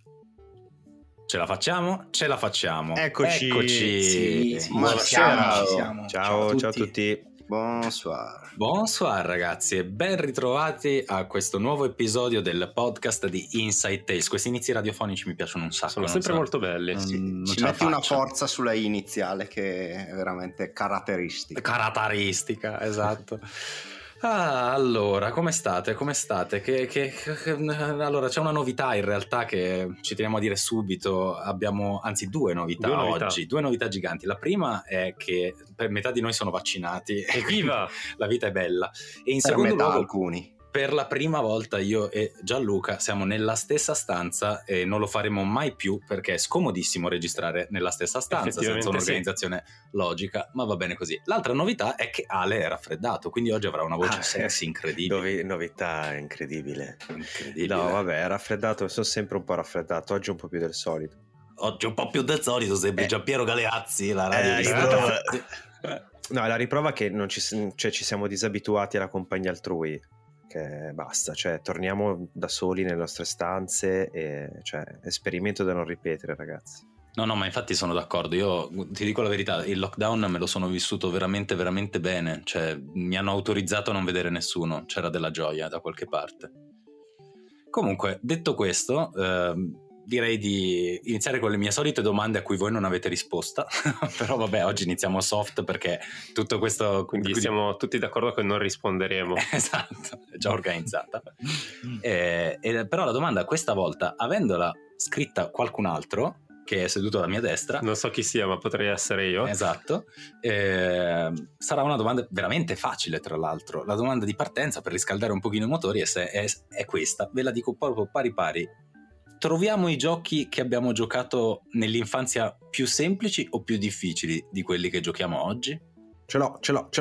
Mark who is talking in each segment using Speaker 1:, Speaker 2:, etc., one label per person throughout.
Speaker 1: Ce la facciamo? Ce la facciamo.
Speaker 2: Eccoci.
Speaker 3: Sì,
Speaker 2: Buonasera.
Speaker 3: ci siamo.
Speaker 2: Ciao a tutti.
Speaker 3: Bonsoir.
Speaker 1: Bonsoir ragazzi e ben ritrovati a questo nuovo episodio del podcast di Inside Tales. Questi inizi radiofonici mi piacciono un sacco.
Speaker 2: Sono sempre molto belli.
Speaker 3: Sì, ci metti una forza sulla I iniziale che è veramente caratteristica.
Speaker 1: Caratteristica, esatto. Allora, come state? Allora, c'è una novità in realtà che ci teniamo a dire subito. Abbiamo, anzi, due novità oggi, due novità giganti. La prima è che per metà di noi sono vaccinati.
Speaker 2: Evviva!
Speaker 1: La vita è bella. E in
Speaker 3: Per
Speaker 1: secondo
Speaker 3: metà
Speaker 1: luogo,
Speaker 3: alcuni.
Speaker 1: per la prima volta io e Gianluca siamo nella stessa stanza e non lo faremo mai più perché è scomodissimo registrare nella stessa stanza senza un'organizzazione logica, ma va bene così. L'altra novità è che Ale è raffreddato, quindi oggi avrà una voce sexy incredibile.
Speaker 2: Novità incredibile.
Speaker 1: Incredibile.
Speaker 2: No, vabbè, è raffreddato, sono sempre un po' raffreddato, oggi un po' più del solito.
Speaker 1: Oggi un po' più del solito, sembri Giampiero Galeazzi, la radio
Speaker 2: No, è la riprova che non ci siamo disabituati alla compagnia altrui. Che basta, cioè torniamo da soli nelle nostre stanze e cioè esperimento da non ripetere, ragazzi.
Speaker 1: No, ma infatti sono d'accordo. Io ti dico la verità, il lockdown me lo sono vissuto veramente veramente bene, cioè mi hanno autorizzato a non vedere nessuno, c'era della gioia da qualche parte. Comunque, detto questo, direi di iniziare con le mie solite domande a cui voi non avete risposta. Però vabbè, oggi iniziamo soft perché tutto questo...
Speaker 2: Quindi siamo tutti d'accordo che non risponderemo.
Speaker 1: Esatto, è già organizzata. Però la domanda questa volta, avendola scritta qualcun altro che è seduto alla mia destra,
Speaker 2: non so chi sia, ma potrei essere io.
Speaker 1: Esatto. Sarà una domanda veramente facile, tra l'altro. La domanda di partenza per riscaldare un pochino i motori è questa, ve la dico proprio pari pari. Troviamo i giochi che abbiamo giocato nell'infanzia più semplici o più difficili di quelli che giochiamo oggi?
Speaker 2: Ce l'ho.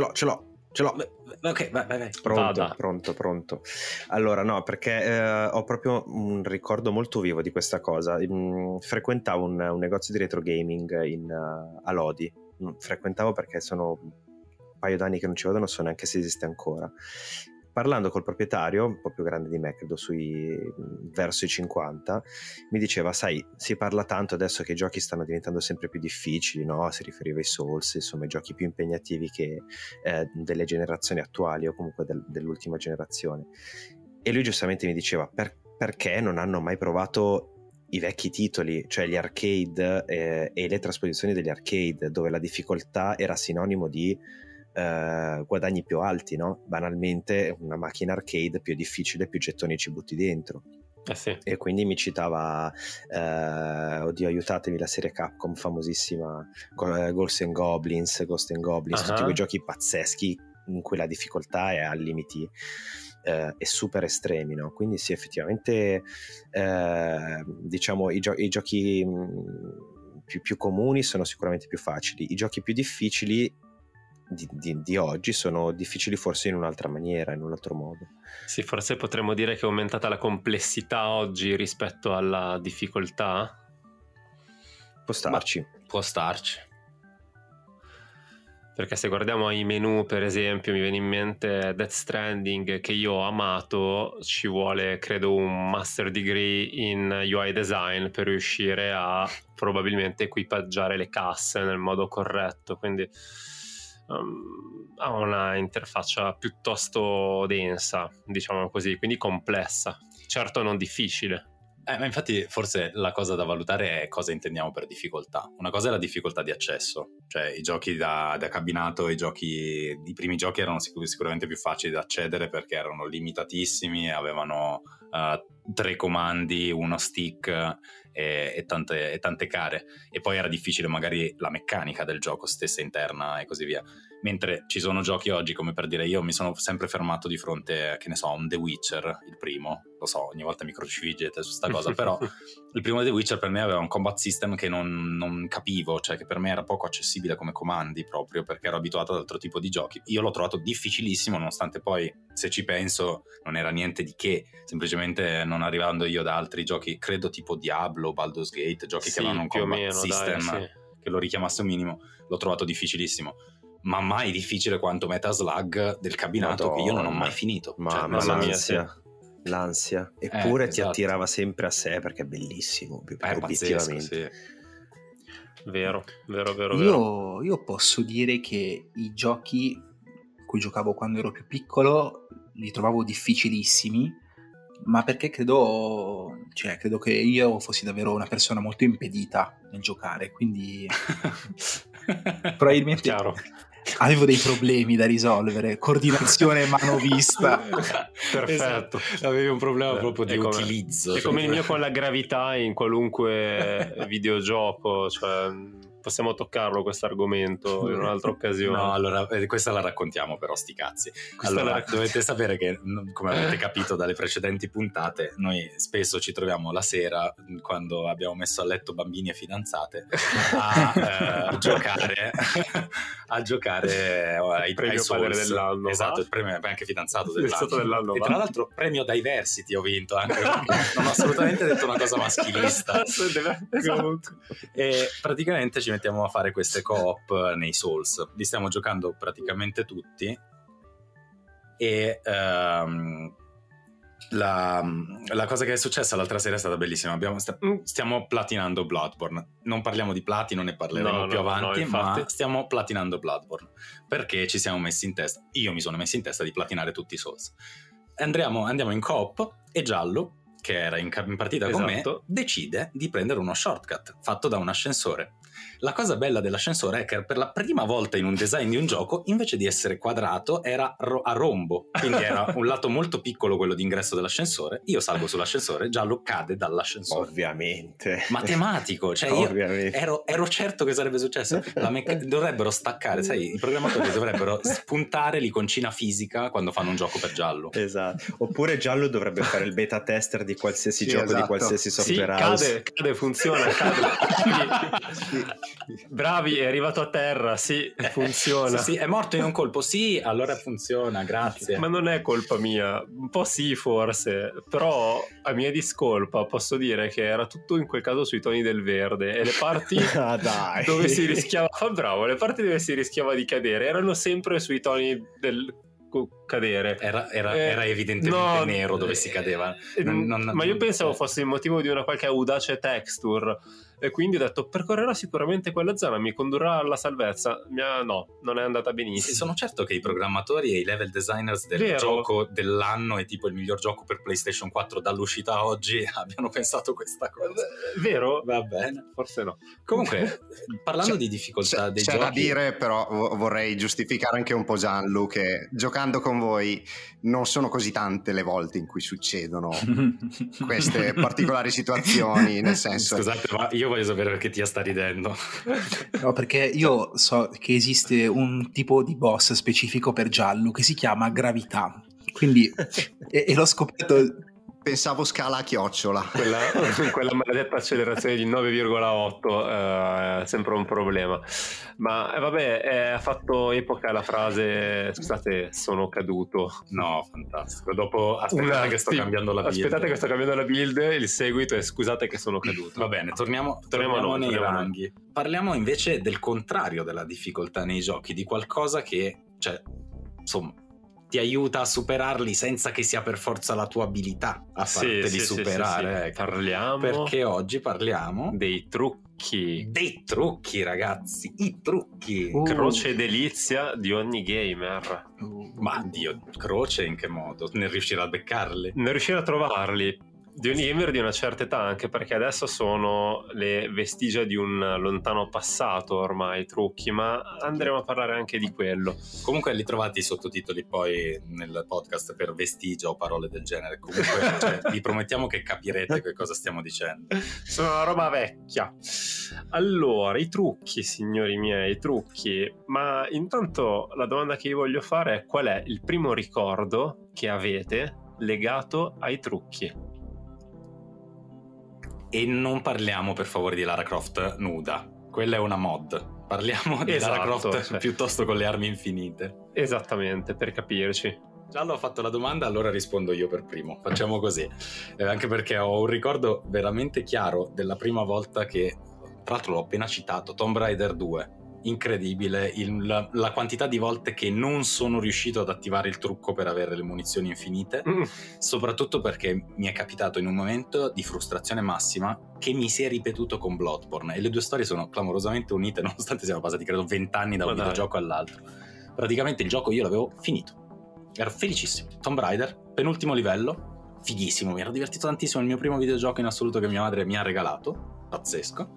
Speaker 1: Ok, vai.
Speaker 2: Pronto. Allora, no, perché ho proprio un ricordo molto vivo di questa cosa. Frequentavo un negozio di retro gaming a Lodi. Frequentavo perché sono un paio d'anni che non ci vado, non so neanche se esiste ancora. Parlando col proprietario, un po' più grande di me, credo verso i 50, mi diceva, sai, si parla tanto adesso che i giochi stanno diventando sempre più difficili, no? Si riferiva ai Souls, insomma, i giochi più impegnativi che delle generazioni attuali o comunque dell'ultima generazione. E lui giustamente mi diceva, perché non hanno mai provato i vecchi titoli, cioè gli arcade e le trasposizioni degli arcade, dove la difficoltà era sinonimo di guadagni più alti, no? Banalmente una macchina arcade più difficile, più gettoni ci butti dentro.
Speaker 1: Sì.
Speaker 2: E quindi mi citava oddio aiutatemi, la serie Capcom famosissima, Ghost and Goblins, tutti quei giochi pazzeschi in cui la difficoltà è a limiti e super estremi, no? Quindi sì, effettivamente diciamo i giochi più comuni sono sicuramente più facili, i giochi più difficili di oggi sono difficili forse in un'altra maniera, in un altro modo.
Speaker 4: Sì, forse potremmo dire che è aumentata la complessità oggi rispetto alla difficoltà?
Speaker 2: Può starci.
Speaker 4: Perché se guardiamo i menu, per esempio, mi viene in mente Death Stranding, che io ho amato, ci vuole credo un master degree in UI design per riuscire a probabilmente equipaggiare le casse nel modo corretto, quindi ha una interfaccia piuttosto densa, diciamo così, quindi complessa, certo non difficile.
Speaker 1: Ma infatti forse la cosa da valutare è cosa intendiamo per difficoltà. Una cosa è la difficoltà di accesso, cioè i giochi da cabinato, i primi giochi erano sicuramente più facili da accedere perché erano limitatissimi, avevano 3 comandi, uno stick e tante care, e poi era difficile magari la meccanica del gioco stessa interna e così via. Mentre ci sono giochi oggi, come per dire, io mi sono sempre fermato di fronte, che ne so, a un The Witcher, il primo, lo so, ogni volta mi crocifiggete su sta cosa, però il primo The Witcher per me aveva un combat system che non capivo, cioè che per me era poco accessibile come comandi, proprio perché ero abituato ad altro tipo di giochi. Io l'ho trovato difficilissimo, nonostante poi, se ci penso, non era niente di che, semplicemente non arrivando io da altri giochi, credo tipo Diablo, Baldur's Gate, giochi che avevano un combat system che lo richiamasse un minimo, l'ho trovato difficilissimo. Ma mai difficile quanto Metal Slug del cabinato, che io non ho mai finito.
Speaker 2: Mamma mia, sì. l'ansia, eppure ti
Speaker 1: esatto.
Speaker 2: attirava sempre a sé perché è bellissimo,
Speaker 1: Pazzesco,
Speaker 2: obiettivamente.
Speaker 1: sì.
Speaker 4: Vero.
Speaker 5: Io posso dire che i giochi in cui giocavo quando ero più piccolo li trovavo difficilissimi, ma perché credo che io fossi davvero una persona molto impedita nel giocare, quindi probabilmente
Speaker 4: Chiaro.
Speaker 5: avevo dei problemi da risolvere, coordinazione mano-vista.
Speaker 4: Perfetto.
Speaker 1: Esatto. Avevi un problema proprio di utilizzo.
Speaker 4: È come il mio con la gravità in qualunque videogioco, cioè possiamo toccarlo questo argomento in un'altra occasione.
Speaker 1: No, allora questa la raccontiamo, però sti cazzi. Allora, dovete sapere che, come avete capito dalle precedenti puntate, noi spesso ci troviamo la sera, quando abbiamo messo a letto bambini e fidanzate, a giocare ai
Speaker 4: premio
Speaker 1: Souls.
Speaker 4: padre dell'anno.
Speaker 1: Esatto, il premio anche fidanzato dell'anno.
Speaker 4: dell'anno.
Speaker 1: E tra l'altro premio Diversity ho vinto anche, non ho assolutamente detto una cosa maschilista.
Speaker 4: Esatto.
Speaker 1: E praticamente ci mettiamo a fare queste co-op nei Souls, li stiamo giocando praticamente tutti, e la cosa che è successa l'altra sera è stata bellissima. Stiamo platinando Bloodborne, non parliamo di platino, ne parleremo più avanti, ma stiamo platinando Bloodborne perché ci siamo messi in testa, io mi sono messo in testa di platinare tutti i Souls. Andiamo in co-op e Giallo, che era in partita con me, decide di prendere uno shortcut fatto da un ascensore. La cosa bella dell'ascensore è che per la prima volta in un design di un gioco, invece di essere quadrato, era a rombo, quindi era un lato molto piccolo quello d'ingresso dell'ascensore. Io salgo sull'ascensore, Giallo cade dall'ascensore.
Speaker 2: Ovviamente.
Speaker 1: Matematico, cioè io ero certo che sarebbe successo. Dovrebbero staccare, sai, i programmatori dovrebbero spuntare l'iconcina fisica quando fanno un gioco per Giallo.
Speaker 2: Esatto. Oppure Giallo dovrebbe fare il beta tester di qualsiasi gioco, esatto, di qualsiasi software house.
Speaker 4: Cade, funziona, bravi, è arrivato a terra, sì, funziona.
Speaker 1: Sì, è morto in un colpo, sì, allora funziona, grazie.
Speaker 4: Ma non è colpa mia, un po' sì forse, però a mia discolpa posso dire che era tutto in quel caso sui toni del verde, e le parti
Speaker 2: dai,
Speaker 4: dove si rischiava, bravo, le parti dove si rischiava di cadere erano sempre sui toni del cadere.
Speaker 1: Era evidentemente nero dove si cadeva.
Speaker 4: Ma io pensavo fosse il motivo di una qualche audace texture, e quindi ho detto percorrerà sicuramente quella zona, mi condurrà alla salvezza. No, non è andata benissimo.
Speaker 1: Sì, sono certo che i programmatori e i level designers del gioco dell'anno e tipo il miglior gioco per PlayStation 4 dall'uscita a oggi abbiano pensato questa cosa.
Speaker 4: Vero?
Speaker 1: Va bene,
Speaker 4: forse no.
Speaker 1: Comunque, parlando di difficoltà dei
Speaker 3: c'è
Speaker 1: giochi,
Speaker 3: da dire, però vorrei giustificare anche un po' Gianlu, che giocando con voi non sono così tante le volte in cui succedono queste particolari situazioni, nel senso.
Speaker 1: Scusate, ma io voglio sapere perché Tia sta ridendo.
Speaker 5: No, perché io so che esiste un tipo di boss specifico per Giallo che si chiama gravità, quindi e l'ho scoperto.
Speaker 3: Pensavo scala a chiocciola.
Speaker 4: Quella maledetta accelerazione di 9,8 è sempre un problema. Ma vabbè, ha fatto epoca la frase scusate, sono caduto.
Speaker 1: No, fantastico. Dopo aspettate che sto cambiando la build.
Speaker 4: Aspettate che sto cambiando la build, il seguito è scusate che sono caduto.
Speaker 1: Va bene, torniamo nei ranghi. Parliamo invece del contrario della difficoltà nei giochi, di qualcosa che, cioè, insomma, ti aiuta a superarli senza che sia per forza la tua abilità a farteli superare.
Speaker 4: Sì. Parliamo,
Speaker 1: perché oggi parliamo
Speaker 4: dei trucchi.
Speaker 1: Dei trucchi, ragazzi, i trucchi.
Speaker 4: Croce delizia di ogni gamer.
Speaker 1: Ma Dio, croce in che modo? Nel riuscire a beccarli?
Speaker 4: Nel riuscire a trovarli. Di ogni gamer di una certa età, anche perché adesso sono le vestigia di un lontano passato ormai, trucchi, ma andremo a parlare anche di quello.
Speaker 1: Comunque li trovate i sottotitoli poi nel podcast per vestigia o parole del genere. Comunque cioè, vi promettiamo che capirete che cosa stiamo dicendo.
Speaker 4: Sono una roba vecchia. Allora, i trucchi, signori miei, i trucchi. Ma intanto la domanda che io voglio fare è: qual è il primo ricordo che avete legato ai trucchi?
Speaker 1: E non parliamo per favore di Lara Croft nuda, quella è una mod. Parliamo di Lara Croft piuttosto con le armi infinite.
Speaker 4: Esattamente, per capirci.
Speaker 1: Già l'ho fatto la domanda, allora rispondo io per primo. Facciamo così, anche perché ho un ricordo veramente chiaro della prima volta che, tra l'altro l'ho appena citato, Tomb Raider 2. incredibile la quantità di volte che non sono riuscito ad attivare il trucco per avere le munizioni infinite, soprattutto perché mi è capitato in un momento di frustrazione massima che mi si è ripetuto con Bloodborne, e le due storie sono clamorosamente unite nonostante siano passati credo 20 anni da un videogioco all'altro. Praticamente il gioco io l'avevo finito, ero felicissimo. Tomb Raider, penultimo livello, fighissimo, mi ero divertito tantissimo, il mio primo videogioco in assoluto che mia madre mi ha regalato, pazzesco,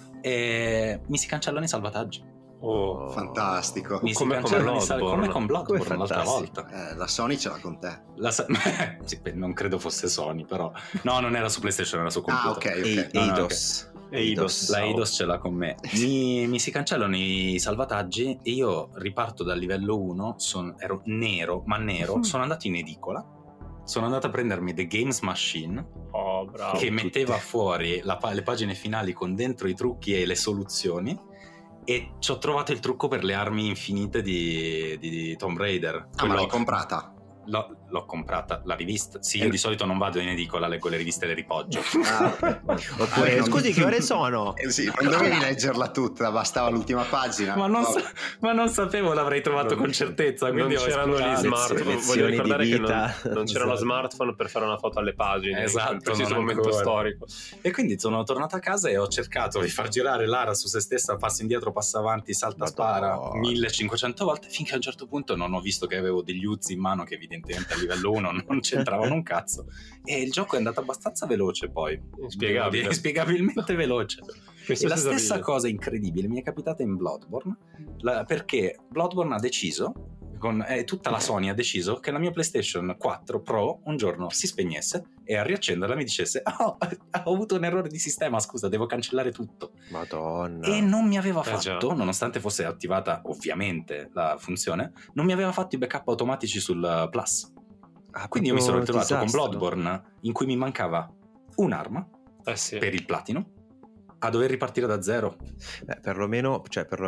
Speaker 1: e mi si cancellano i salvataggi.
Speaker 3: Oh, fantastico.
Speaker 1: Come con Bloodborne l'altra volta.
Speaker 3: La Sony ce l'ha con te.
Speaker 1: Sì, non credo fosse Sony, però no, non era su PlayStation, era su computer.
Speaker 3: Ok.
Speaker 1: Eidos. La Eidos ce l'ha con me. Mi si cancellano i salvataggi e io riparto dal livello 1, ero nero, sono andato in edicola, sono andato a prendermi The Games Machine,
Speaker 4: bravo,
Speaker 1: che metteva fuori le pagine finali con dentro i trucchi e le soluzioni, e ci ho trovato il trucco per le armi infinite di Tomb Raider.
Speaker 3: Ma l'hai comprata?
Speaker 1: L'ho comprata, la rivista. Sì, io di solito non vado in edicola, leggo le riviste e le ripoggio.
Speaker 2: Oppure scusi, che ore sono?
Speaker 3: Sì, non dovevi leggerla tutta, bastava l'ultima pagina.
Speaker 1: Ma non sapevo, l'avrei trovato con certezza.
Speaker 4: Non c'erano gli smartphone. Voglio ricordare che non c'erano
Speaker 1: esatto.
Speaker 4: smartphone per fare una foto alle pagine.
Speaker 1: Esatto,
Speaker 4: in quel preciso momento storico.
Speaker 1: E quindi sono tornato a casa e ho cercato di far girare Lara su se stessa, passa indietro, passa avanti, salta, spara 1500 volte, finché a un certo punto non ho visto che avevo degli Uzi in mano che evidentemente a livello 1 non c'entravano un cazzo, e il gioco è andato abbastanza veloce, poi inspiegabilmente veloce. E la stessa cosa incredibile mi è capitata in Bloodborne, perché Bloodborne ha deciso, tutta la Sony ha deciso che la mia PlayStation 4 Pro un giorno si spegnesse e a riaccenderla mi dicesse ho avuto un errore di sistema, scusa, devo cancellare tutto.
Speaker 2: Madonna.
Speaker 1: E non mi aveva fatto, nonostante fosse attivata ovviamente la funzione, non mi aveva fatto i backup automatici sul Plus. Quindi io mi sono ritrovato con Bloodborne in cui mi mancava un'arma per il platino, a dover ripartire da zero.
Speaker 2: Perlomeno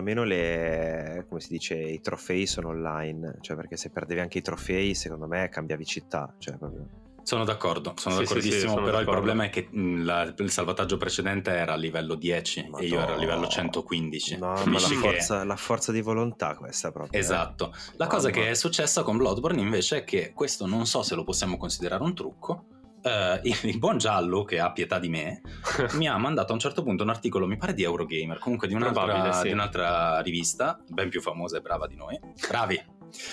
Speaker 2: le, come si dice, i trofei sono online, cioè, perché se perdevi anche i trofei secondo me cambiavi città, cioè proprio.
Speaker 1: Sono d'accordissimo, però il problema è che il salvataggio precedente era a livello 10 e io ero a livello 115.
Speaker 2: No, ma la forza di volontà questa proprio.
Speaker 1: Esatto. La cosa che è successa con Bloodborne invece è che questo non so se lo possiamo considerare un trucco. Il buon Giallo, che ha pietà di me, mi ha mandato a un certo punto un articolo, mi pare di Eurogamer, comunque di un'altra rivista ben più famosa e brava di noi, bravi,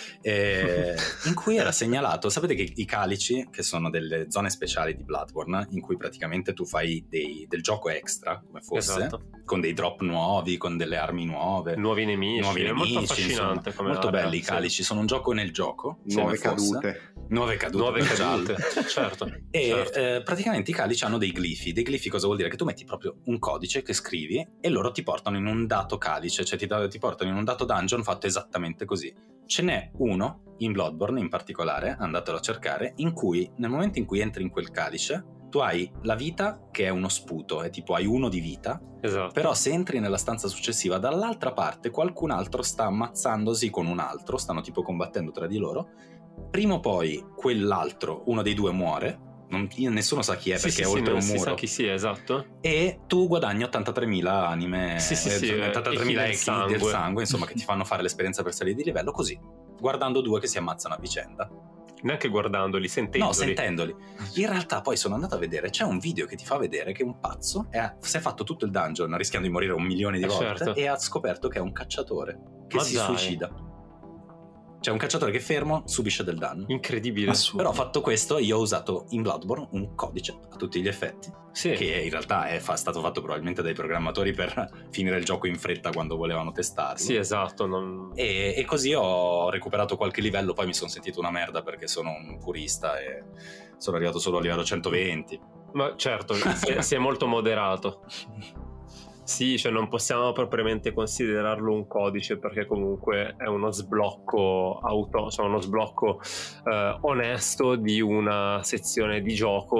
Speaker 1: in cui era segnalato, sapete che i calici, che sono delle zone speciali di Bloodborne in cui praticamente tu fai del gioco extra, come fosse, con dei drop nuovi, con delle armi nuove,
Speaker 4: nuovi nemici, è molto affascinante, insomma,
Speaker 1: molto belli i calici, sono un gioco nel gioco,
Speaker 3: nuove cadute,
Speaker 1: certo. E praticamente i calici hanno dei glifi. Dei glifi cosa vuol dire? Che tu metti proprio un codice che scrivi e loro ti portano in un dato calice, cioè ti portano in un dato dungeon fatto esattamente così. Ce n'è uno in Bloodborne in particolare, andatelo a cercare, in cui nel momento in cui entri in quel calice tu hai la vita che è uno sputo, è tipo hai 1 di vita, però se entri nella stanza successiva dall'altra parte qualcun altro sta ammazzandosi con un altro, stanno tipo combattendo tra di loro, prima o poi quell'altro, uno dei due muore, nessuno sa chi è perché è oltre un muro,
Speaker 4: si sa chi sia, esatto,
Speaker 1: e tu guadagni 83.000 anime, 83.000 echi del sangue, insomma, che ti fanno fare l'esperienza per salire di livello, così, guardando due che si ammazzano a vicenda.
Speaker 4: Neanche guardandoli, sentendoli.
Speaker 1: No, sentendoli. In realtà poi sono andato a vedere, c'è un video che ti fa vedere che un pazzo si è fatto tutto il dungeon rischiando di morire 1 milione di volte, e ha scoperto che è un cacciatore che si suicida. C'è un cacciatore che fermo subisce del danno.
Speaker 4: Incredibile.
Speaker 1: Però fatto questo, io ho usato in Bloodborne un codice a tutti gli effetti, che in realtà è stato fatto probabilmente dai programmatori per finire il gioco in fretta quando volevano testarlo.
Speaker 4: Sì, esatto.
Speaker 1: E così ho recuperato qualche livello, poi mi sono sentito una merda perché sono un purista e sono arrivato solo a livello 120.
Speaker 4: Ma certo, si è molto moderato. Sì, cioè non possiamo propriamente considerarlo un codice perché comunque è uno sblocco onesto di una sezione di gioco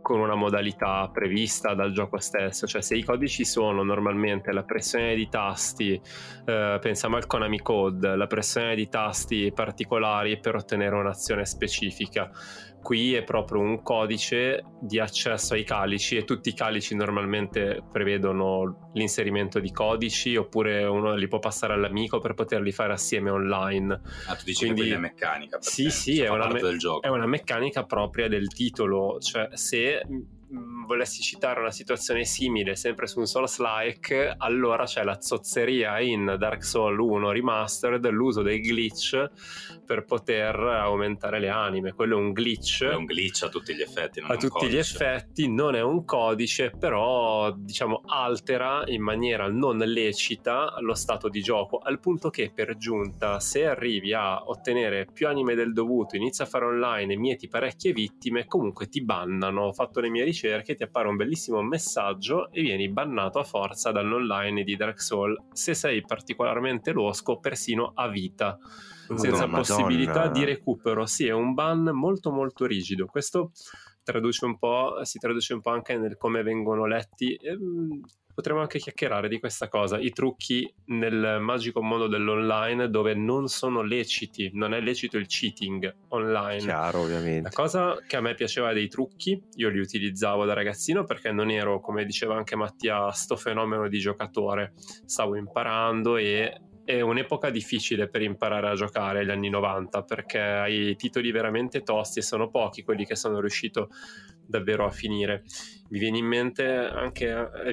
Speaker 4: con una modalità prevista dal gioco stesso. Cioè, se i codici sono normalmente la pressione di tasti, pensiamo al Konami Code, la pressione di tasti particolari per ottenere un'azione specifica, qui è proprio un codice di accesso ai calici, e tutti i calici normalmente prevedono l'inserimento di codici, oppure uno li può passare all'amico per poterli fare assieme online.
Speaker 1: Tu dici che quindi è meccanica?
Speaker 4: Sì, è una meccanica propria del titolo. Cioè, se volessi citare una situazione simile sempre su un Souls-like, allora c'è la zozzeria in Dark Souls 1 Remastered, l'uso dei glitch per poter aumentare le anime. Quello è un glitch.
Speaker 1: È un glitch a tutti gli effetti, non
Speaker 4: a tutti gli effetti, non è un codice, però diciamo altera in maniera non lecita lo stato di gioco, al punto che per giunta, se arrivi a ottenere più anime del dovuto, inizi a fare online e mieti parecchie vittime, comunque ti bannano. Ho fatto le mie ricerche, ti appare un bellissimo messaggio e vieni bannato a forza dall'online di Dark Souls se sei particolarmente losco, persino a vita, senza possibilità di recupero. Sì, è un ban molto molto rigido. Questo si traduce un po' anche nel come vengono letti. Potremmo anche chiacchierare di questa cosa, i trucchi nel magico mondo dell'online, dove non sono leciti, non è lecito il cheating online.
Speaker 2: Chiaro, ovviamente.
Speaker 4: La cosa che a me piaceva dei trucchi, io li utilizzavo da ragazzino perché non ero, come diceva anche Mattia, sto fenomeno di giocatore, stavo imparando e è un'epoca difficile per imparare a giocare, gli anni 90, perché hai titoli veramente tosti e sono pochi quelli che sono riuscito davvero a finire. Mi viene in mente anche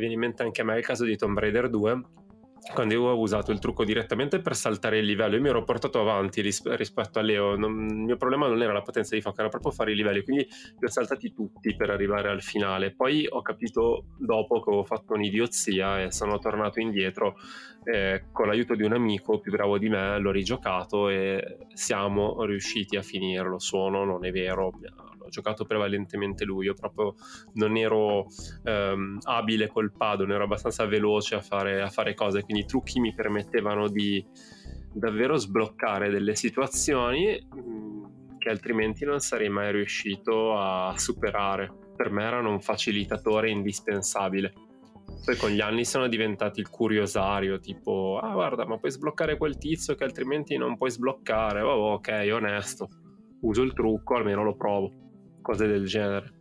Speaker 4: a me il caso di Tomb Raider 2, quando io ho usato il trucco direttamente per saltare il livello. Io mi ero portato avanti rispetto a Leo, il mio problema non era la potenza di fuoco, era proprio fare i livelli, quindi li ho saltati tutti per arrivare al finale. Poi ho capito dopo che avevo fatto un'idiozia e sono tornato indietro, con l'aiuto di un amico più bravo di me l'ho rigiocato e siamo riusciti a finirlo. Non è vero, ho giocato prevalentemente lui, io proprio non ero abile col pad, non ero abbastanza veloce a fare cose, quindi i trucchi mi permettevano di davvero sbloccare delle situazioni che altrimenti non sarei mai riuscito a superare. Per me erano un facilitatore indispensabile. Poi con gli anni sono diventati il curiosario, tipo guarda, ma puoi sbloccare quel tizio che altrimenti non puoi sbloccare. Ok, onesto, uso il trucco, almeno lo provo, cose del genere.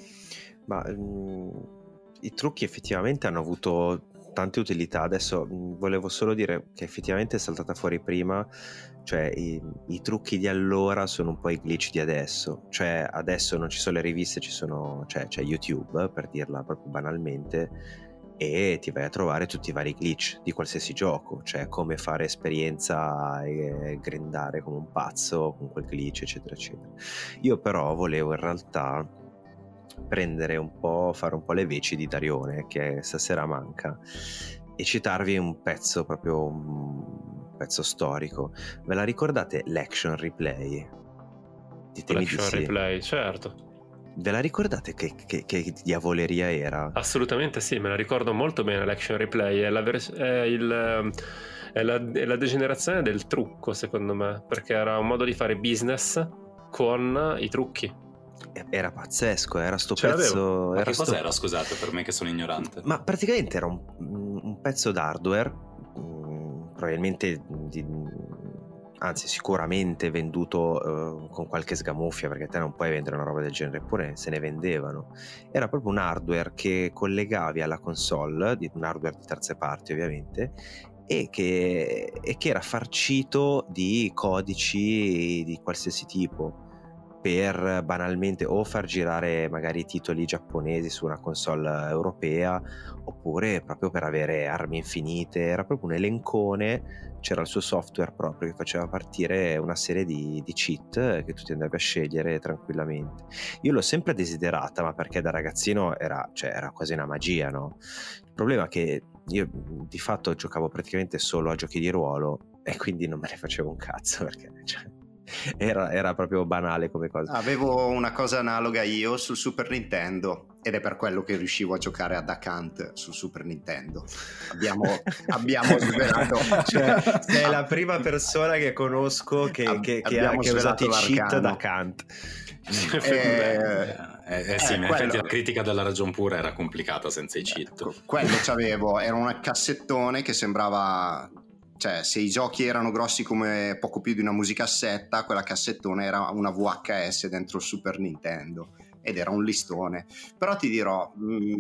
Speaker 2: Ma i trucchi effettivamente hanno avuto tante utilità. Adesso volevo solo dire che effettivamente è saltata fuori prima, cioè i trucchi di allora sono un po' i glitch di adesso. Cioè adesso non ci sono le riviste, c'è YouTube, per dirla proprio banalmente, e ti vai a trovare tutti i vari glitch di qualsiasi gioco, cioè come fare esperienza e grindare come un pazzo con quel glitch, eccetera eccetera. Io però volevo in realtà fare un po' le veci di Darione, che stasera manca, e citarvi un pezzo storico. Ve la ricordate l'Action Replay? Ditemi di sì.
Speaker 4: Replay, certo.
Speaker 2: Ve la ricordate che diavoleria era?
Speaker 4: Assolutamente sì, me la ricordo molto bene l'Action Replay, è la degenerazione del trucco, secondo me, perché era un modo di fare business con i trucchi.
Speaker 2: Era pazzesco, era sto pezzo.
Speaker 1: Ma che cos'era, scusate, per me che sono ignorante?
Speaker 2: Ma praticamente era un pezzo d'hardware, probabilmente sicuramente venduto con qualche sgamuffia, perché te non puoi vendere una roba del genere, eppure se ne vendevano. Era proprio un hardware che collegavi alla console, un hardware di terze parti ovviamente, e che era farcito di codici di qualsiasi tipo, per banalmente o far girare magari titoli giapponesi su una console europea, oppure proprio per avere armi infinite. Era proprio un elencone, c'era il suo software proprio che faceva partire una serie di cheat che tu ti andavi a scegliere tranquillamente. Io l'ho sempre desiderata, ma perché da ragazzino era quasi una magia, no? Il problema è che io di fatto giocavo praticamente solo a giochi di ruolo e quindi non me ne facevo un cazzo, perché Era proprio banale come cosa.
Speaker 3: Avevo una cosa analoga io sul Super Nintendo ed è per quello che riuscivo a giocare a Duck Hunt sul Super Nintendo. Abbiamo svelato,
Speaker 2: cioè, sei la prima persona che conosco che ha usato i cheat da Kant.
Speaker 1: Sì, in effetti la critica della ragion pura era complicata senza i cheat.
Speaker 3: Quello c'avevo, era un cassettone che sembrava, cioè se i giochi erano grossi come poco più di una musicassetta, quella cassettone era una VHS dentro il Super Nintendo ed era un listone, però ti dirò,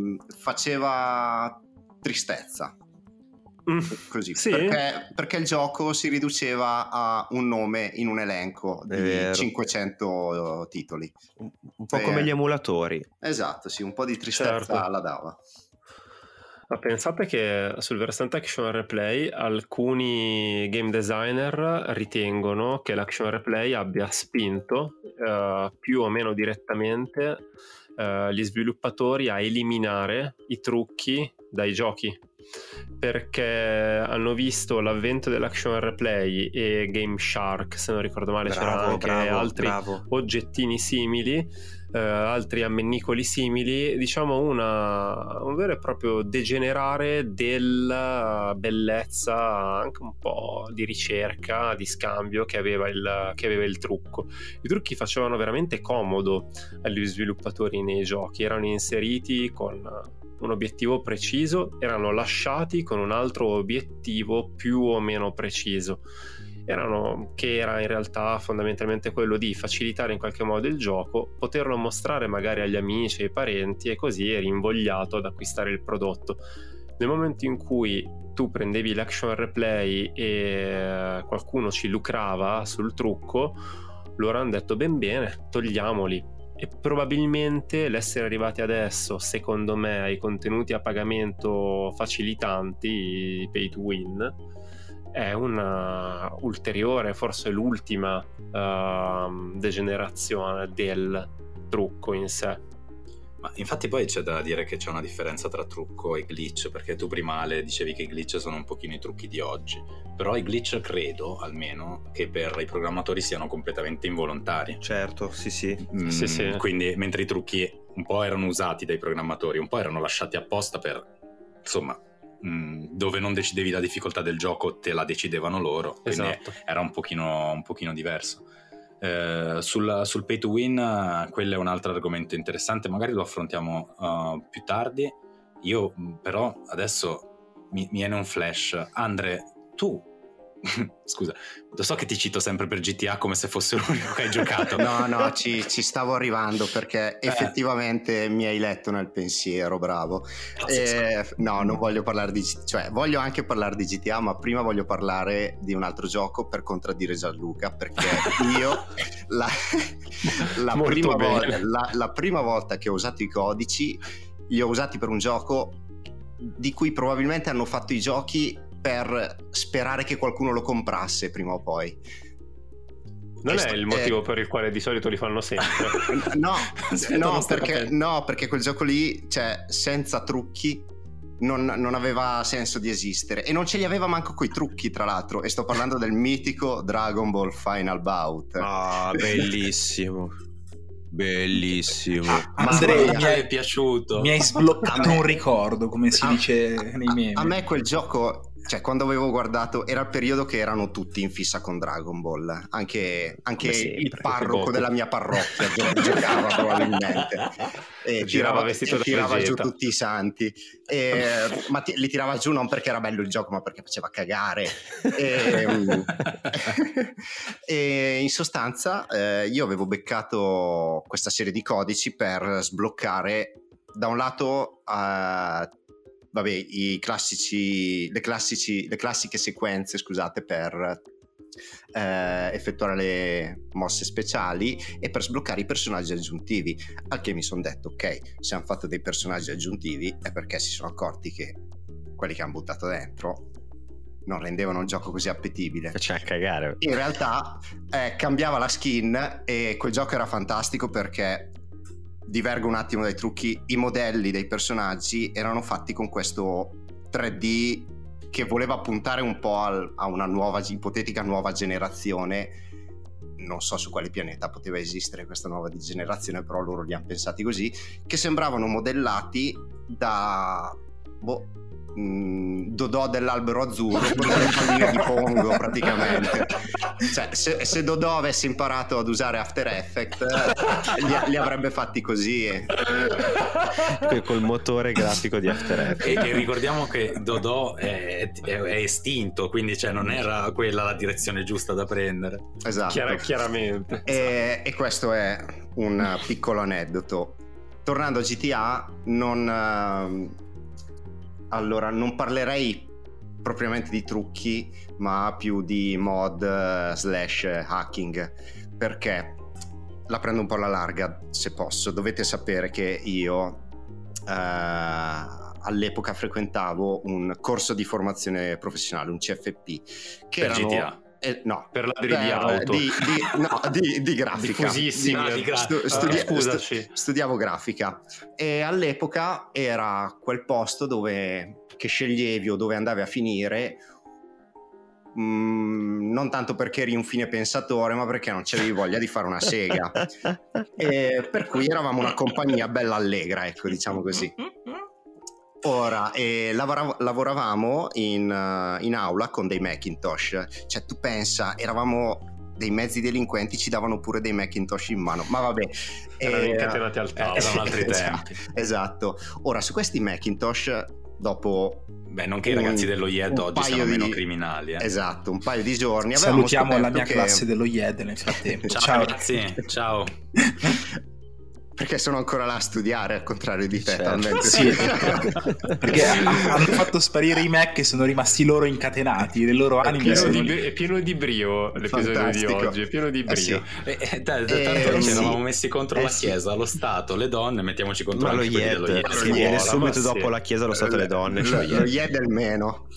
Speaker 3: faceva tristezza. Così, sì? perché il gioco si riduceva a un nome in un elenco di 500 titoli,
Speaker 2: un po' come gli emulatori.
Speaker 3: Esatto, sì, un po' di tristezza la dava.
Speaker 4: Ma pensate che sul versante action replay alcuni game designer ritengono che l'action replay abbia spinto più o meno direttamente gli sviluppatori a eliminare i trucchi dai giochi, perché hanno visto l'avvento dell'action replay e Game Shark, se non ricordo male, c'erano anche altri oggettini simili, altri ammennicoli simili, diciamo un vero e proprio degenerare della bellezza, anche un po' di ricerca, di scambio che aveva il trucco. I trucchi facevano veramente comodo agli sviluppatori nei giochi, erano inseriti con un obiettivo preciso, erano lasciati con un altro obiettivo più o meno preciso, che era in realtà fondamentalmente quello di facilitare in qualche modo il gioco, poterlo mostrare magari agli amici e ai parenti, e così eri invogliato ad acquistare il prodotto. Nel momento in cui tu prendevi l'action replay e qualcuno ci lucrava sul trucco, loro hanno detto bene, togliamoli. E probabilmente l'essere arrivati adesso, secondo me, ai contenuti a pagamento facilitanti, pay to win, è una ulteriore, forse l'ultima degenerazione del trucco in sé.
Speaker 1: Ma infatti poi c'è da dire che c'è una differenza tra trucco e glitch, perché tu prima Ale dicevi che i glitch sono un pochino i trucchi di oggi, però i glitch credo almeno che per i programmatori siano completamente involontari.
Speaker 2: Certo, sì.
Speaker 4: Sì.
Speaker 1: Quindi mentre i trucchi un po' erano usati dai programmatori, un po' erano lasciati apposta per, insomma, dove non decidevi la difficoltà del gioco te la decidevano loro, quindi
Speaker 4: esatto.
Speaker 1: Era un pochino diverso. Sul pay to win quello è un altro argomento interessante, magari lo affrontiamo più tardi. Io però adesso mi viene un flash. Andre, tu scusa, lo so che ti cito sempre per GTA come se fosse l'unico che hai giocato.
Speaker 3: No, ci stavo arrivando, perché effettivamente mi hai letto nel pensiero, bravo. No, non voglio parlare voglio anche parlare di GTA, ma prima voglio parlare di un altro gioco per contraddire Gianluca, perché io la prima volta che ho usato i codici li ho usati per un gioco di cui probabilmente hanno fatto i giochi per sperare che qualcuno lo comprasse prima o poi.
Speaker 4: Non è il motivo per il quale di solito li fanno sempre.
Speaker 3: perché quel gioco lì, cioè, senza trucchi non aveva senso di esistere, e non ce li aveva manco coi trucchi, tra l'altro, e sto parlando del mitico Dragon Ball Final Bout.
Speaker 2: Ah, bellissimo.
Speaker 5: Andrea,
Speaker 1: mi è piaciuto.
Speaker 5: Mi hai sbloccato un ricordo, come si dice nei meme.
Speaker 3: A me quel gioco, cioè, quando avevo guardato, era il periodo che erano tutti in fissa con Dragon Ball, anche il parroco della mia parrocchia giocava probabilmente, e tirava giù tutti i santi, ma li tirava giù non perché era bello il gioco, ma perché faceva cagare. E in sostanza io avevo beccato questa serie di codici per sbloccare da un lato le classiche sequenze, per effettuare le mosse speciali e per sbloccare i personaggi aggiuntivi, al che mi sono detto ok, se hanno fatto dei personaggi aggiuntivi è perché si sono accorti che quelli che hanno buttato dentro non rendevano il gioco così appetibile.
Speaker 2: Faceva cagare.
Speaker 3: In realtà cambiava la skin e quel gioco era fantastico perché, divergo un attimo dai trucchi, i modelli dei personaggi erano fatti con questo 3D che voleva puntare un po' a una ipotetica nuova generazione, non so su quale pianeta poteva esistere questa nuova generazione, però loro li hanno pensati così, che sembravano modellati da Dodò dell'albero azzurro con le palline di Pongo praticamente. Cioè, se Dodò avesse imparato ad usare After Effects li avrebbe fatti così
Speaker 2: col motore grafico di After Effects.
Speaker 1: E ricordiamo che Dodò è estinto, quindi cioè non era quella la direzione giusta da prendere.
Speaker 3: Esatto.
Speaker 4: Chiaramente.
Speaker 3: E questo è un piccolo aneddoto. Tornando a GTA, allora, non parlerei propriamente di trucchi, ma più di mod / hacking, perché la prendo un po' alla larga, se posso. Dovete sapere che io all'epoca frequentavo un corso di formazione professionale, un CFP, che
Speaker 1: per
Speaker 3: erano...
Speaker 1: GTA.
Speaker 3: No,
Speaker 4: per ladri di auto,
Speaker 3: di grafica.
Speaker 4: Scusaci.
Speaker 3: Studiavo grafica e all'epoca era quel posto che sceglievi o dove andavi a finire, non tanto perché eri un fine pensatore, ma perché non c'avevi voglia di fare una sega, e per cui eravamo una compagnia bella allegra, ecco, diciamo così. Ora, lavoravamo in aula con dei Macintosh, cioè tu pensa, eravamo dei mezzi delinquenti, ci davano pure dei Macintosh in mano, ma vabbè,
Speaker 4: erano incatenati al tavolo,
Speaker 1: erano altri tempi.
Speaker 3: Esatto. Ora, su questi Macintosh, dopo
Speaker 1: non che i ragazzi dello IED oggi siano meno criminali,
Speaker 3: esatto, un paio di giorni
Speaker 5: salutiamo la mia classe dello IED nel frattempo.
Speaker 1: Ciao ragazzi, ciao.
Speaker 3: Perché sono ancora là a studiare, al contrario di te,
Speaker 2: certo.
Speaker 3: talmente.
Speaker 5: Sì, perché hanno fatto sparire i Mac e sono rimasti loro incatenati, le loro anime
Speaker 4: è pieno di brio l'episodio
Speaker 3: fantastico.
Speaker 4: Di oggi, è pieno di brio.
Speaker 1: Tanto ci eravamo messi contro la Chiesa, lo Stato, le donne, mettiamoci contro
Speaker 2: lo IED, si viene subito dopo la Chiesa, lo Stato e le donne,
Speaker 3: lo IED è il meno.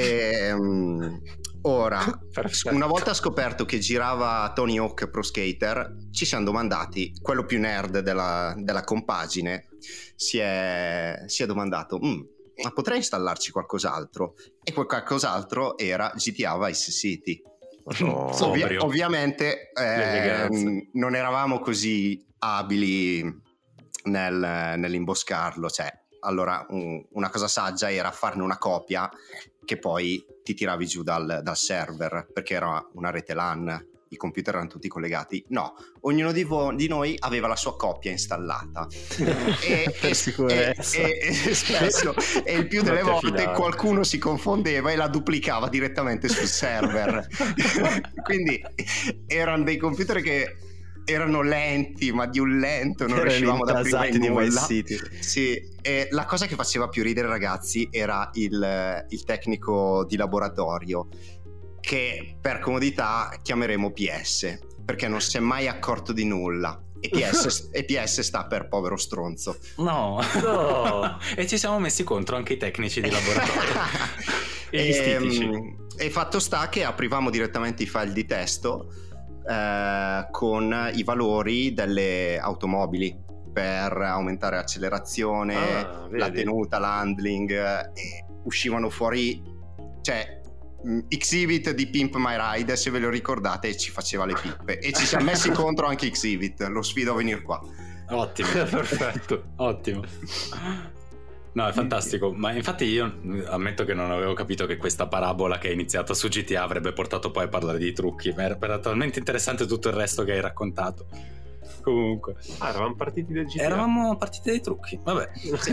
Speaker 3: Ora,
Speaker 4: perfetto.
Speaker 3: Una volta scoperto che girava Tony Hawk Pro Skater, ci siamo domandati, quello più nerd della compagine si è domandato, ma potrei installarci qualcos'altro? E quel qualcos'altro era GTA Vice City. Ovviamente non eravamo così abili nell'imboscarlo, cioè, allora una cosa saggia era farne una copia che poi ti tiravi giù dal server, perché era una rete LAN, i computer erano tutti collegati. No, ognuno di noi aveva la sua copia installata
Speaker 2: per sicurezza.
Speaker 3: E spesso, e il più delle volte qualcuno si confondeva e la duplicava direttamente sul server. Quindi erano dei computer che erano lenti, ma di un lento, non riuscivamo ad aprire nulla. Sì, e la cosa che faceva più ridere, ragazzi, era il tecnico di laboratorio, che per comodità chiameremo PS, perché non si è mai accorto di nulla. E PS sta per povero stronzo.
Speaker 1: No. E ci siamo messi contro anche i tecnici di laboratorio.
Speaker 4: E gli stitici.
Speaker 3: E fatto sta che aprivamo direttamente i file di testo con i valori delle automobili per aumentare l'accelerazione, la tenuta, l'handling, e uscivano fuori, cioè, Xzibit di Pimp My Ride, se ve lo ricordate, ci faceva le pippe, e ci siamo messi contro anche Xzibit. Lo sfido a venire qua.
Speaker 1: Ottimo. Perfetto, ottimo. No, è fantastico, ma infatti io ammetto che non avevo capito che questa parabola che è iniziata su GTA avrebbe portato poi a parlare di trucchi, ma era talmente interessante tutto il resto che hai raccontato. Comunque
Speaker 4: eravamo partiti da GTA.
Speaker 1: Eravamo partiti dai trucchi, vabbè.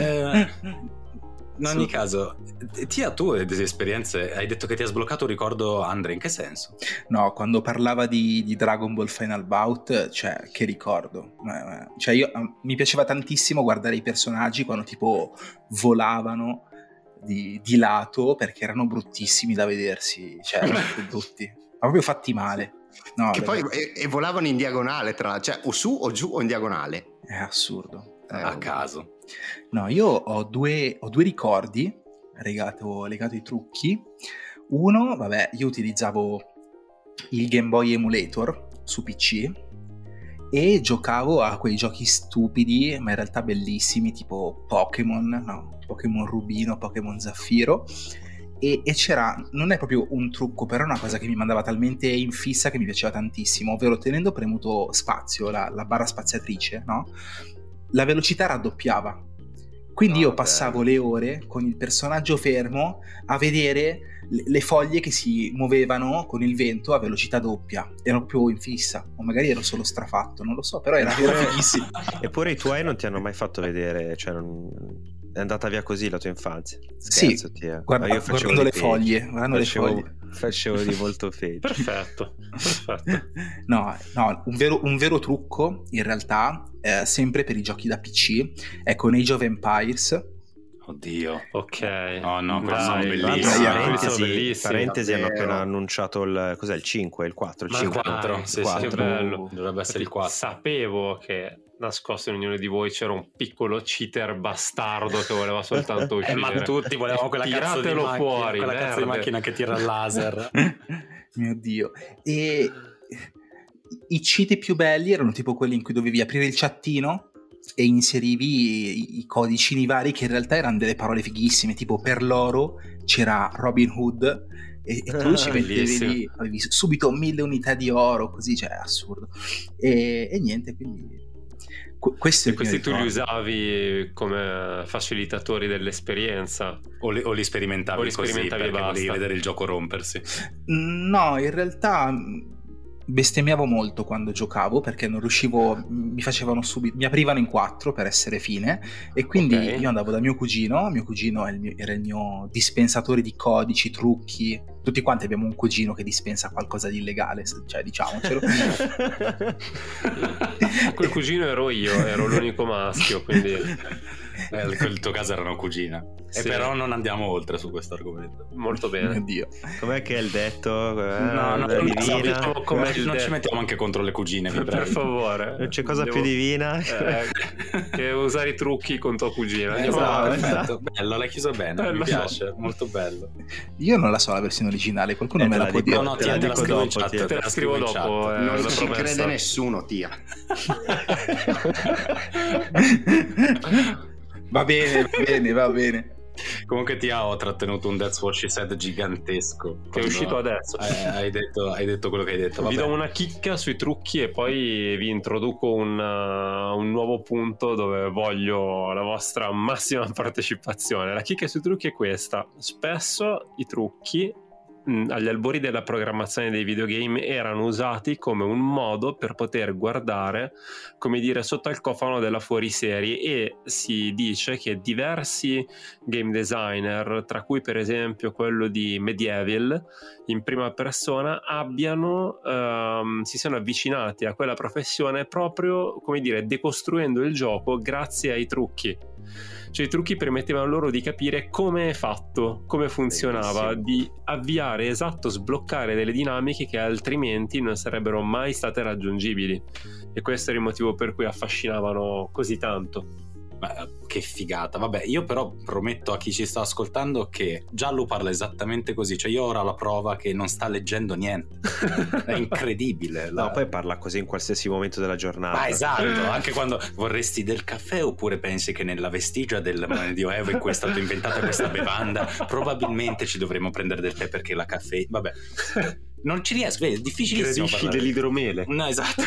Speaker 1: In ogni caso, Tia, tu hai delle esperienze, hai detto che ti ha sbloccato un ricordo, Andre, in che senso?
Speaker 5: No, quando parlava di Dragon Ball Final Bout, cioè, che ricordo. Cioè, mi piaceva tantissimo guardare i personaggi quando tipo volavano di lato, perché erano bruttissimi da vedersi, cioè, erano brutti, ma proprio fatti male. No,
Speaker 3: che poi volavano in diagonale, cioè o su o giù o in diagonale.
Speaker 5: È assurdo.
Speaker 1: A caso.
Speaker 5: No, io ho due ricordi legati ai trucchi. Uno, vabbè, io utilizzavo il Game Boy Emulator su PC e giocavo a quei giochi stupidi ma in realtà bellissimi, tipo Pokémon Rubino, Pokémon Zaffiro, e c'era, non è proprio un trucco, però è una cosa che mi mandava talmente in fissa che mi piaceva tantissimo, ovvero tenendo premuto spazio, la barra spaziatrice, no? La velocità raddoppiava. Quindi io passavo le ore con il personaggio fermo a vedere le foglie che si muovevano con il vento a velocità doppia. Ero proprio in fissa, o magari ero solo strafatto, non lo so, però era fighissimo.
Speaker 2: Eppure i tuoi non ti hanno mai fatto vedere, cioè è andata via così la tua infanzia? Scherzo,
Speaker 5: sì,
Speaker 2: tia.
Speaker 5: Guardando le foglie,
Speaker 2: facevo di molto peggio.
Speaker 4: Perfetto.
Speaker 5: No, un vero trucco in realtà, sempre per i giochi da PC, è con Age of Empires.
Speaker 1: Oddio.
Speaker 4: Ok.
Speaker 1: No, quelli sono bellissimi.
Speaker 2: Parentesi, hanno appena annunciato cos'è il 5, il 4? Il
Speaker 1: 4, sì,
Speaker 2: 4.
Speaker 4: Che bello.
Speaker 1: Dovrebbe essere il 4.
Speaker 4: Sapevo che nascosto in ognuno di voi c'era un piccolo cheater bastardo che voleva soltanto uscire.
Speaker 1: Ma tutti volevamo quella cazzo di macchina,
Speaker 4: fuori,
Speaker 1: quella cazzo di macchina che tira il laser.
Speaker 5: Mio Dio. E i cheat più belli erano tipo quelli in cui dovevi aprire il chattino e inserivi i codicini vari che in realtà erano delle parole fighissime, tipo per l'oro c'era Robin Hood e tu ci mettevi, avevi subito 1000 unità di oro, così, cioè assurdo. E niente, quindi questi
Speaker 4: tu li usavi come facilitatori dell'esperienza
Speaker 1: o li sperimentavi così perché volevi vedere il gioco rompersi?
Speaker 5: No, in realtà bestemmiavo molto quando giocavo perché non riuscivo, mi aprivano in 4 per essere fine, e quindi io andavo da mio cugino era il mio dispensatore di codici, trucchi. Tutti quanti abbiamo un cugino che dispensa qualcosa di illegale, cioè diciamocelo.
Speaker 4: Quel cugino ero l'unico maschio, quindi
Speaker 1: il tuo caso era una cugina. Sì. E però non andiamo oltre su questo argomento.
Speaker 4: Molto bene.
Speaker 5: Oddio.
Speaker 2: Com'è che è il detto?
Speaker 1: Non ci mettiamo anche contro le cugine,
Speaker 4: per favore.
Speaker 2: Non c'è cosa più divina
Speaker 4: che usare i trucchi contro tua cugina.
Speaker 1: Esatto. Bello, l'hai chiuso bene, mi piace, molto bello.
Speaker 5: Io non la so la versione originale, qualcuno me la può dire?
Speaker 1: No, te la scrivo in chat.
Speaker 4: Te la scrivo dopo.
Speaker 3: Non ci crede nessuno, tia.
Speaker 5: Va bene.
Speaker 1: Comunque ho trattenuto un That's What She Said gigantesco
Speaker 4: che è uscito adesso.
Speaker 1: Hai detto quello che hai detto.
Speaker 4: Vi do una chicca sui trucchi e poi vi introduco un nuovo punto dove voglio la vostra massima partecipazione. La chicca sui trucchi è questa: spesso i trucchi agli albori della programmazione dei videogame erano usati come un modo per poter guardare, come dire, sotto al cofano della fuoriserie, e si dice che diversi game designer, tra cui per esempio quello di Medieval in prima persona, si siano avvicinati a quella professione proprio, come dire, decostruendo il gioco grazie ai trucchi. Cioè i trucchi permettevano loro di capire come è fatto, come funzionava, di avviare, sbloccare delle dinamiche che altrimenti non sarebbero mai state raggiungibili, e questo era il motivo per cui affascinavano così tanto.
Speaker 1: Che figata. Vabbè, io però prometto a chi ci sta ascoltando che Giallo parla esattamente così, cioè io ho ora la prova che non sta leggendo niente. È incredibile.
Speaker 2: No, poi parla così in qualsiasi momento della giornata.
Speaker 1: Esatto, anche quando vorresti del caffè oppure pensi che nella vestigia del Medioevo in cui è stata inventata questa bevanda probabilmente ci dovremmo prendere del tè perché la caffè... Vabbè, non ci riesco, è difficilissimo
Speaker 4: parlare. Dell'idromele.
Speaker 1: No, esatto.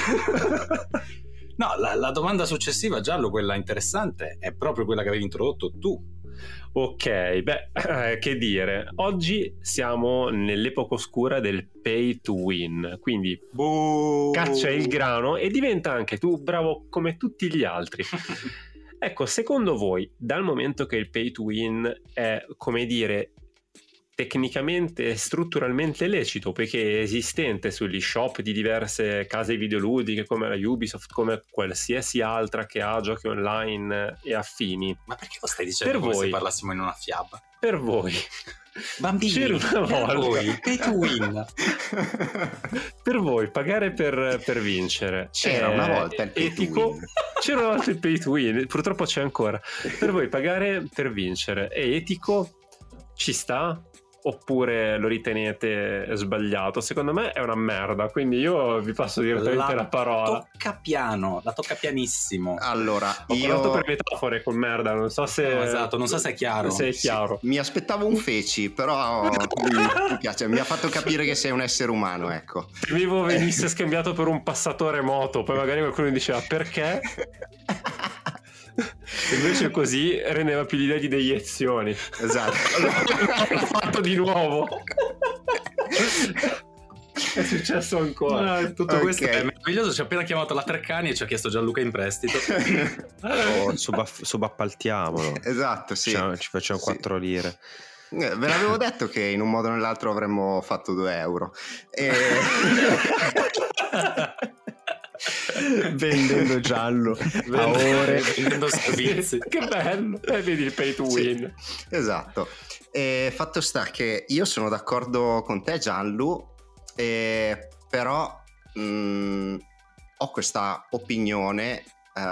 Speaker 1: No, la domanda successiva, Giallo, quella interessante, è proprio quella che avevi introdotto tu.
Speaker 4: Ok, che dire, oggi siamo nell'epoca oscura del pay to win, quindi caccia il grano e diventa anche tu bravo come tutti gli altri. Ecco, secondo voi, dal momento che il pay to win è, come dire, tecnicamente e strutturalmente lecito, perché è esistente sugli shop di diverse case videoludiche come la Ubisoft, come qualsiasi altra che ha giochi online e affini.
Speaker 1: Ma perché lo stai dicendo come se parlassimo in una fiaba?
Speaker 4: Per voi,
Speaker 1: bambini,
Speaker 4: c'era una volta
Speaker 1: voi, pay to win.
Speaker 4: Per voi pagare per vincere
Speaker 3: c'era una volta il pay
Speaker 4: etico
Speaker 3: to win.
Speaker 4: C'era una volta il pay to win, purtroppo c'è ancora. Per voi pagare per vincere è etico? Ci sta? oppure lo ritenete sbagliato? Secondo me è una merda, quindi io vi passo direttamente la parola.
Speaker 1: La tocca pianissimo.
Speaker 3: Allora,
Speaker 4: ho parlato per metafore con merda, non so se...
Speaker 1: No, esatto, non so se è chiaro.
Speaker 4: Se è chiaro.
Speaker 3: Sì, mi aspettavo un feci, però mi piace, mi ha fatto capire che sei un essere umano, ecco.
Speaker 4: Temevo venisse scambiato per un passatore moto, poi magari qualcuno diceva perché? Invece così rendeva più l'idea di deiezioni.
Speaker 3: Esatto.
Speaker 4: L'ho fatto di nuovo. È successo ancora.
Speaker 1: Tutto questo è meraviglioso. Ci ha appena chiamato la Treccani e ci ha chiesto Gianluca in prestito.
Speaker 2: Subappaltiamolo.
Speaker 3: Esatto, sì.
Speaker 2: Ci facciamo 4 lire.
Speaker 3: Ve l'avevo detto che in un modo o nell'altro avremmo fatto 2 euro.
Speaker 2: Vendendo giallo a ore,
Speaker 1: vendendo servizi.
Speaker 4: Che bello. E vedi il pay to win.
Speaker 3: Sì, esatto. Fatto sta che io sono d'accordo con te, Gianlu, però ho questa opinione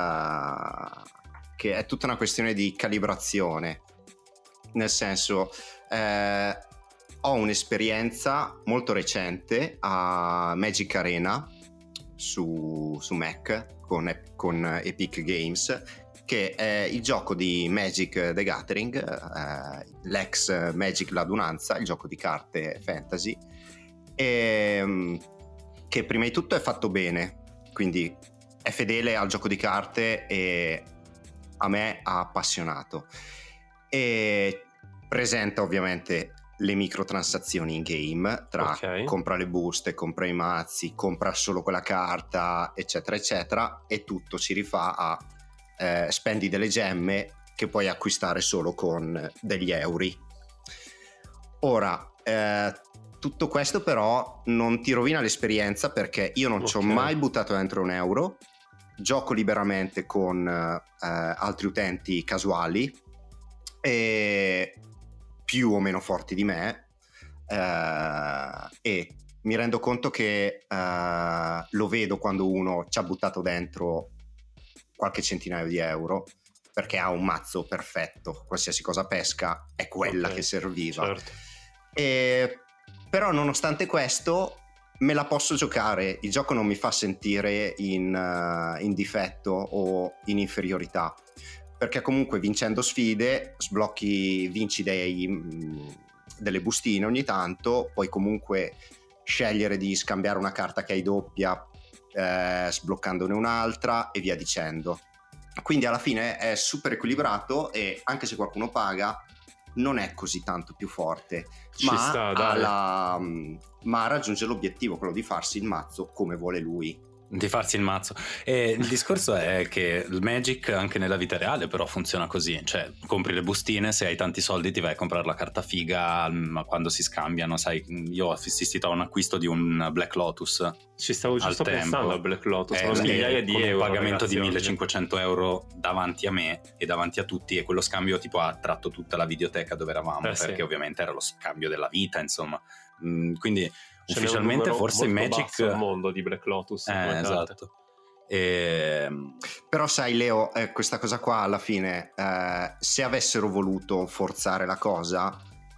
Speaker 3: che è tutta una questione di calibrazione, nel senso ho un'esperienza molto recente a Magic Arena su Mac con Epic Games, che è il gioco di Magic the Gathering, l'ex Magic l'Adunanza, il gioco di carte fantasy, che prima di tutto è fatto bene, quindi è fedele al gioco di carte e a me ha appassionato, e presenta ovviamente le microtransazioni in game tra compra le buste, compra i mazzi, compra solo quella carta, eccetera eccetera, e tutto si rifà a spendi delle gemme che puoi acquistare solo con degli euro. Ora tutto questo però non ti rovina l'esperienza, perché io non ci ho mai buttato dentro un euro, gioco liberamente con altri utenti casuali e più o meno forti di me, e mi rendo conto che lo vedo quando uno ci ha buttato dentro qualche centinaio di euro perché ha un mazzo perfetto, qualsiasi cosa pesca è quella che serviva, certo. Però nonostante questo me la posso giocare, il gioco non mi fa sentire in difetto o in inferiorità, perché comunque vincendo sfide vinci delle bustine ogni tanto, puoi comunque scegliere di scambiare una carta che hai doppia sbloccandone un'altra e via dicendo. Quindi alla fine è super equilibrato e anche se qualcuno paga non è così tanto più forte, ma raggiunge l'obiettivo, quello di farsi il mazzo come vuole lui.
Speaker 1: Di farsi il mazzo. E il discorso è che il Magic anche nella vita reale però funziona così, cioè compri le bustine, se hai tanti soldi ti vai a comprare la carta figa, ma quando si scambiano, sai, io ho assistito a un acquisto di un Black Lotus,
Speaker 4: ci stavo giusto pensando al Black Lotus, sono migliaia di euro,
Speaker 1: un pagamento di 1.500 euro davanti a me e davanti a tutti, e quello scambio tipo ha attratto tutta la videoteca dove eravamo, perché ovviamente era lo scambio della vita, insomma, quindi ufficialmente forse in Magic
Speaker 4: il mondo di Black Lotus,
Speaker 1: esatto.
Speaker 3: Però sai Leo, questa cosa qua alla fine se avessero voluto forzare la cosa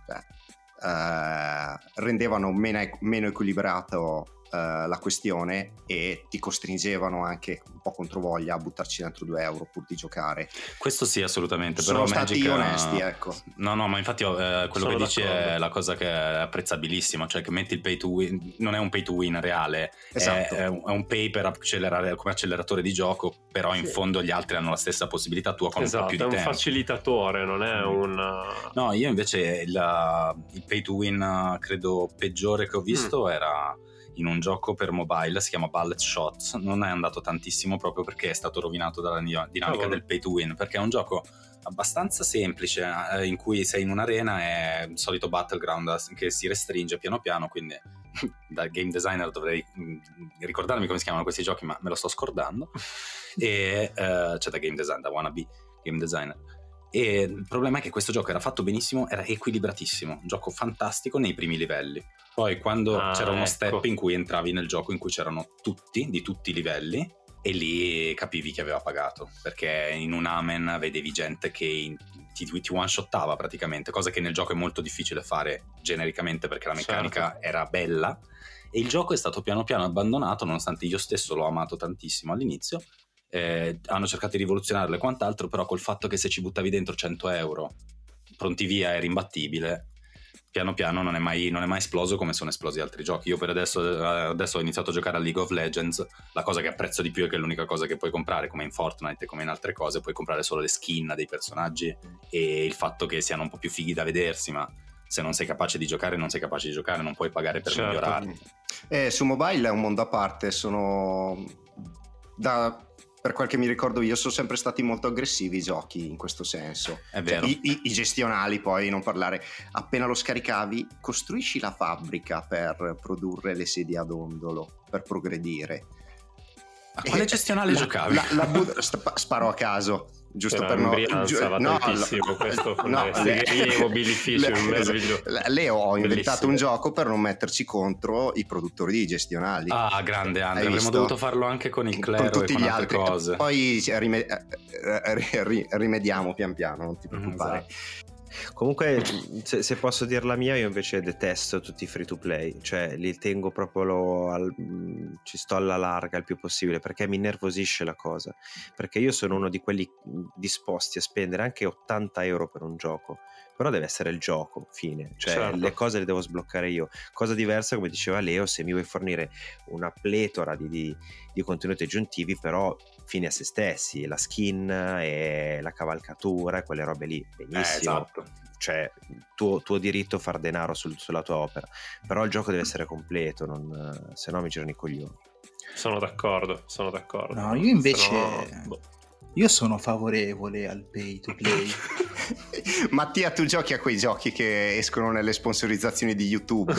Speaker 3: rendevano meno equilibrato la questione e ti costringevano anche un po' controvoglia a buttarci dentro 2 euro pur di giocare.
Speaker 1: Questo sì, assolutamente.
Speaker 3: Sono
Speaker 1: però
Speaker 3: stati onesti, ecco.
Speaker 1: No, ma infatti quello che dici è la cosa che è apprezzabilissima, cioè che metti il pay to win, non è un pay to win reale, esatto. è un pay per accelerare come acceleratore di gioco, però in fondo gli altri hanno la stessa possibilità tua con un po' più di tempo.
Speaker 4: È un facilitatore, non è un...
Speaker 1: No, io invece il pay to win credo peggiore che ho visto era in un gioco per mobile, si chiama Bullet Shots, non è andato tantissimo proprio perché è stato rovinato dalla dinamica del pay to win, perché è un gioco abbastanza semplice in cui sei in un'arena, è il solito battleground che si restringe piano piano, quindi da game designer dovrei ricordarmi come si chiamano questi giochi, ma me lo sto scordando, e cioè da game design, da wannabe game designer. E il problema è che questo gioco era fatto benissimo, era equilibratissimo, un gioco fantastico nei primi livelli. Poi quando c'era uno step in cui entravi nel gioco in cui c'erano tutti, di tutti i livelli, e lì capivi chi aveva pagato, perché in un Amen vedevi gente che ti one-shottava praticamente, cosa che nel gioco è molto difficile fare genericamente perché la meccanica era bella, e il gioco è stato piano piano abbandonato, nonostante io stesso l'ho amato tantissimo all'inizio. Hanno cercato di rivoluzionarlo e quant'altro, però col fatto che se ci buttavi dentro 100 euro pronti via eri imbattibile, piano piano non è mai esploso come sono esplosi altri giochi. Io per adesso ho iniziato a giocare a League of Legends, la cosa che apprezzo di più è che l'unica cosa che puoi comprare, come in Fortnite e come in altre cose, puoi comprare solo le skin dei personaggi e il fatto che siano un po' più fighi da vedersi, ma se non sei capace di giocare non sei capace di giocare, non puoi pagare per migliorarli.
Speaker 3: Su mobile è un mondo a parte, per quel che mi ricordo io, sono sempre stati molto aggressivi i giochi in questo senso.
Speaker 1: È vero.
Speaker 3: I gestionali, poi non parlare, appena lo scaricavi, costruisci la fabbrica per produrre le sedie a dondolo, per progredire.
Speaker 1: A quale gestionale giocavi?
Speaker 3: Sparo a caso. Giusto per Leo ho inventato un gioco per non metterci contro i produttori di gestionali.
Speaker 1: Ah, grande Andre, avremmo dovuto farlo anche con il Clero, con tutti gli altri cose.
Speaker 3: Poi rimediamo pian piano, non ti preoccupare.
Speaker 2: Esatto. Comunque, se posso dire la mia, io invece detesto tutti i free to play, cioè li tengo proprio ci sto alla larga il più possibile, perché mi innervosisce la cosa, perché io sono uno di quelli disposti a spendere anche 80 euro per un gioco, però deve essere il gioco, fine, cioè certo. Le cose le devo sbloccare io. Cosa diversa, come diceva Leo, se mi vuoi fornire una pletora di contenuti aggiuntivi, però fine a se stessi, la skin e la cavalcatura e quelle robe lì, benissimo,
Speaker 1: esatto.
Speaker 2: Cioè tuo diritto a far denaro sulla tua opera, però il gioco deve essere completo, se no mi girano i coglioni.
Speaker 4: Sono d'accordo.
Speaker 5: No, io invece io sono favorevole al pay to play.
Speaker 3: Mattia, tu giochi a quei giochi che escono nelle sponsorizzazioni di YouTube,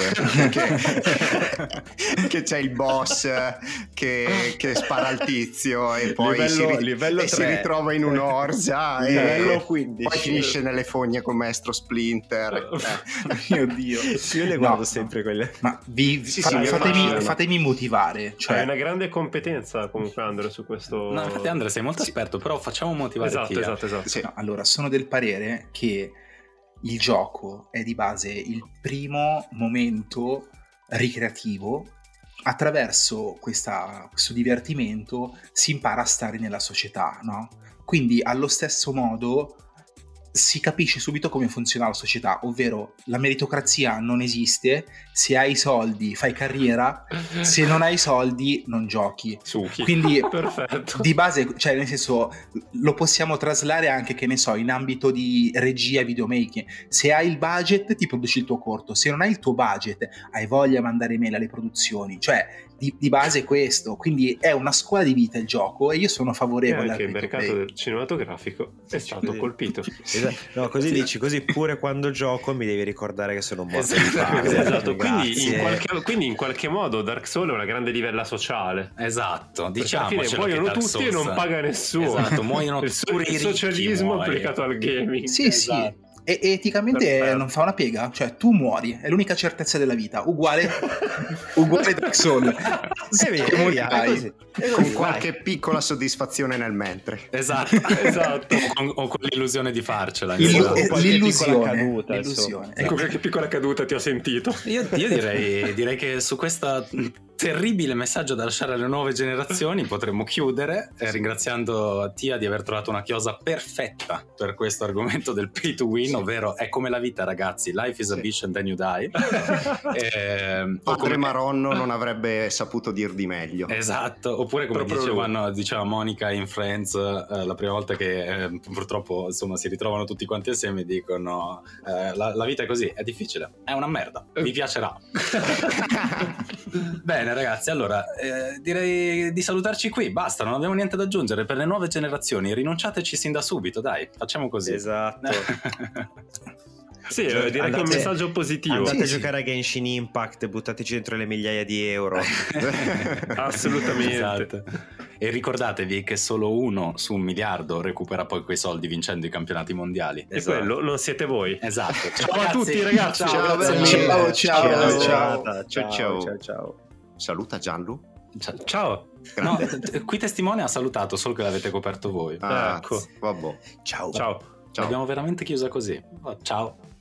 Speaker 3: che c'è il boss che spara al tizio e poi si ritrova in un'orgia
Speaker 2: livello 15.
Speaker 3: Poi finisce nelle fogne con Maestro Splinter.
Speaker 5: Mio Dio,
Speaker 2: io le guardo sempre quelle.
Speaker 5: Ma fatemi motivare, cioè...
Speaker 4: Hai una grande competenza comunque, Andre, su questo.
Speaker 1: No, infatti Andre sei molto esperto, però facciamo motivare.
Speaker 4: Esatto.
Speaker 5: Sì. No, allora, sono del parere che il gioco è di base il primo momento ricreativo. Attraverso questo divertimento si impara a stare nella società, no? Quindi allo stesso modo si capisce subito come funziona la società, ovvero la meritocrazia non esiste, se hai i soldi fai carriera, se non hai i soldi non giochi.
Speaker 4: Succhi.
Speaker 5: Quindi
Speaker 4: perfetto.
Speaker 5: Di base, cioè nel senso, lo possiamo traslare anche, che ne so, in ambito di regia e videomaking. Se hai il budget ti produci il tuo corto, se non hai il tuo budget hai voglia di mandare mail alle produzioni, cioè di base è questo, quindi è una scuola di vita il gioco e io sono favorevole
Speaker 4: anche il mercato cinematografico è stato colpito.
Speaker 2: No, così dici, così pure quando gioco mi devi ricordare che sono morto.
Speaker 4: Esatto. Quindi in qualche modo Dark Souls è una grande livella sociale.
Speaker 1: Esatto, diciamo che
Speaker 4: muoiono tutti e non paga nessuno.
Speaker 1: Esatto, muoiono
Speaker 4: il socialismo applicato al gaming.
Speaker 5: Sì, esatto. E eticamente non fa una piega, cioè tu muori, è l'unica certezza della vita, uguale Dark Souls.
Speaker 3: Con qualche piccola soddisfazione nel mentre.
Speaker 1: Esatto. o con l'illusione di farcela.
Speaker 5: L'illusione.
Speaker 4: Ecco, che piccola caduta ti ho sentito.
Speaker 1: Io direi che su questa terribile messaggio da lasciare alle nuove generazioni potremmo chiudere ringraziando Tia di aver trovato una chiosa perfetta per questo argomento del pay to win, ovvero è come la vita, ragazzi, life is a bitch and then you die.
Speaker 3: Padre Maronno non avrebbe saputo dir di meglio.
Speaker 1: Esatto, oppure come diceva Monica in Friends la prima volta che purtroppo insomma si ritrovano tutti quanti assieme e dicono la vita è così, è difficile, è una merda, vi piacerà. Bene ragazzi, allora direi di salutarci qui, basta, non abbiamo niente da aggiungere. Per le nuove generazioni rinunciateci sin da subito, dai, facciamo così.
Speaker 2: Esatto.
Speaker 4: Sì, direi che è un messaggio positivo.
Speaker 2: Andate a giocare a Genshin Impact, buttateci dentro le migliaia di euro.
Speaker 4: Assolutamente.
Speaker 1: Esatto. E ricordatevi che solo 1 su 1 miliardo recupera poi quei soldi vincendo i campionati mondiali.
Speaker 4: E quello non siete voi.
Speaker 1: Esatto.
Speaker 4: Ciao a tutti ragazzi.
Speaker 3: Ciao.
Speaker 5: Ciao.
Speaker 3: Saluta Gianlu.
Speaker 4: Ciao.
Speaker 1: No, qui Testimone ha salutato, solo che l'avete coperto voi.
Speaker 3: Ecco. Vabbè.
Speaker 2: Ciao.
Speaker 1: L'abbiamo veramente chiusa così. Ciao.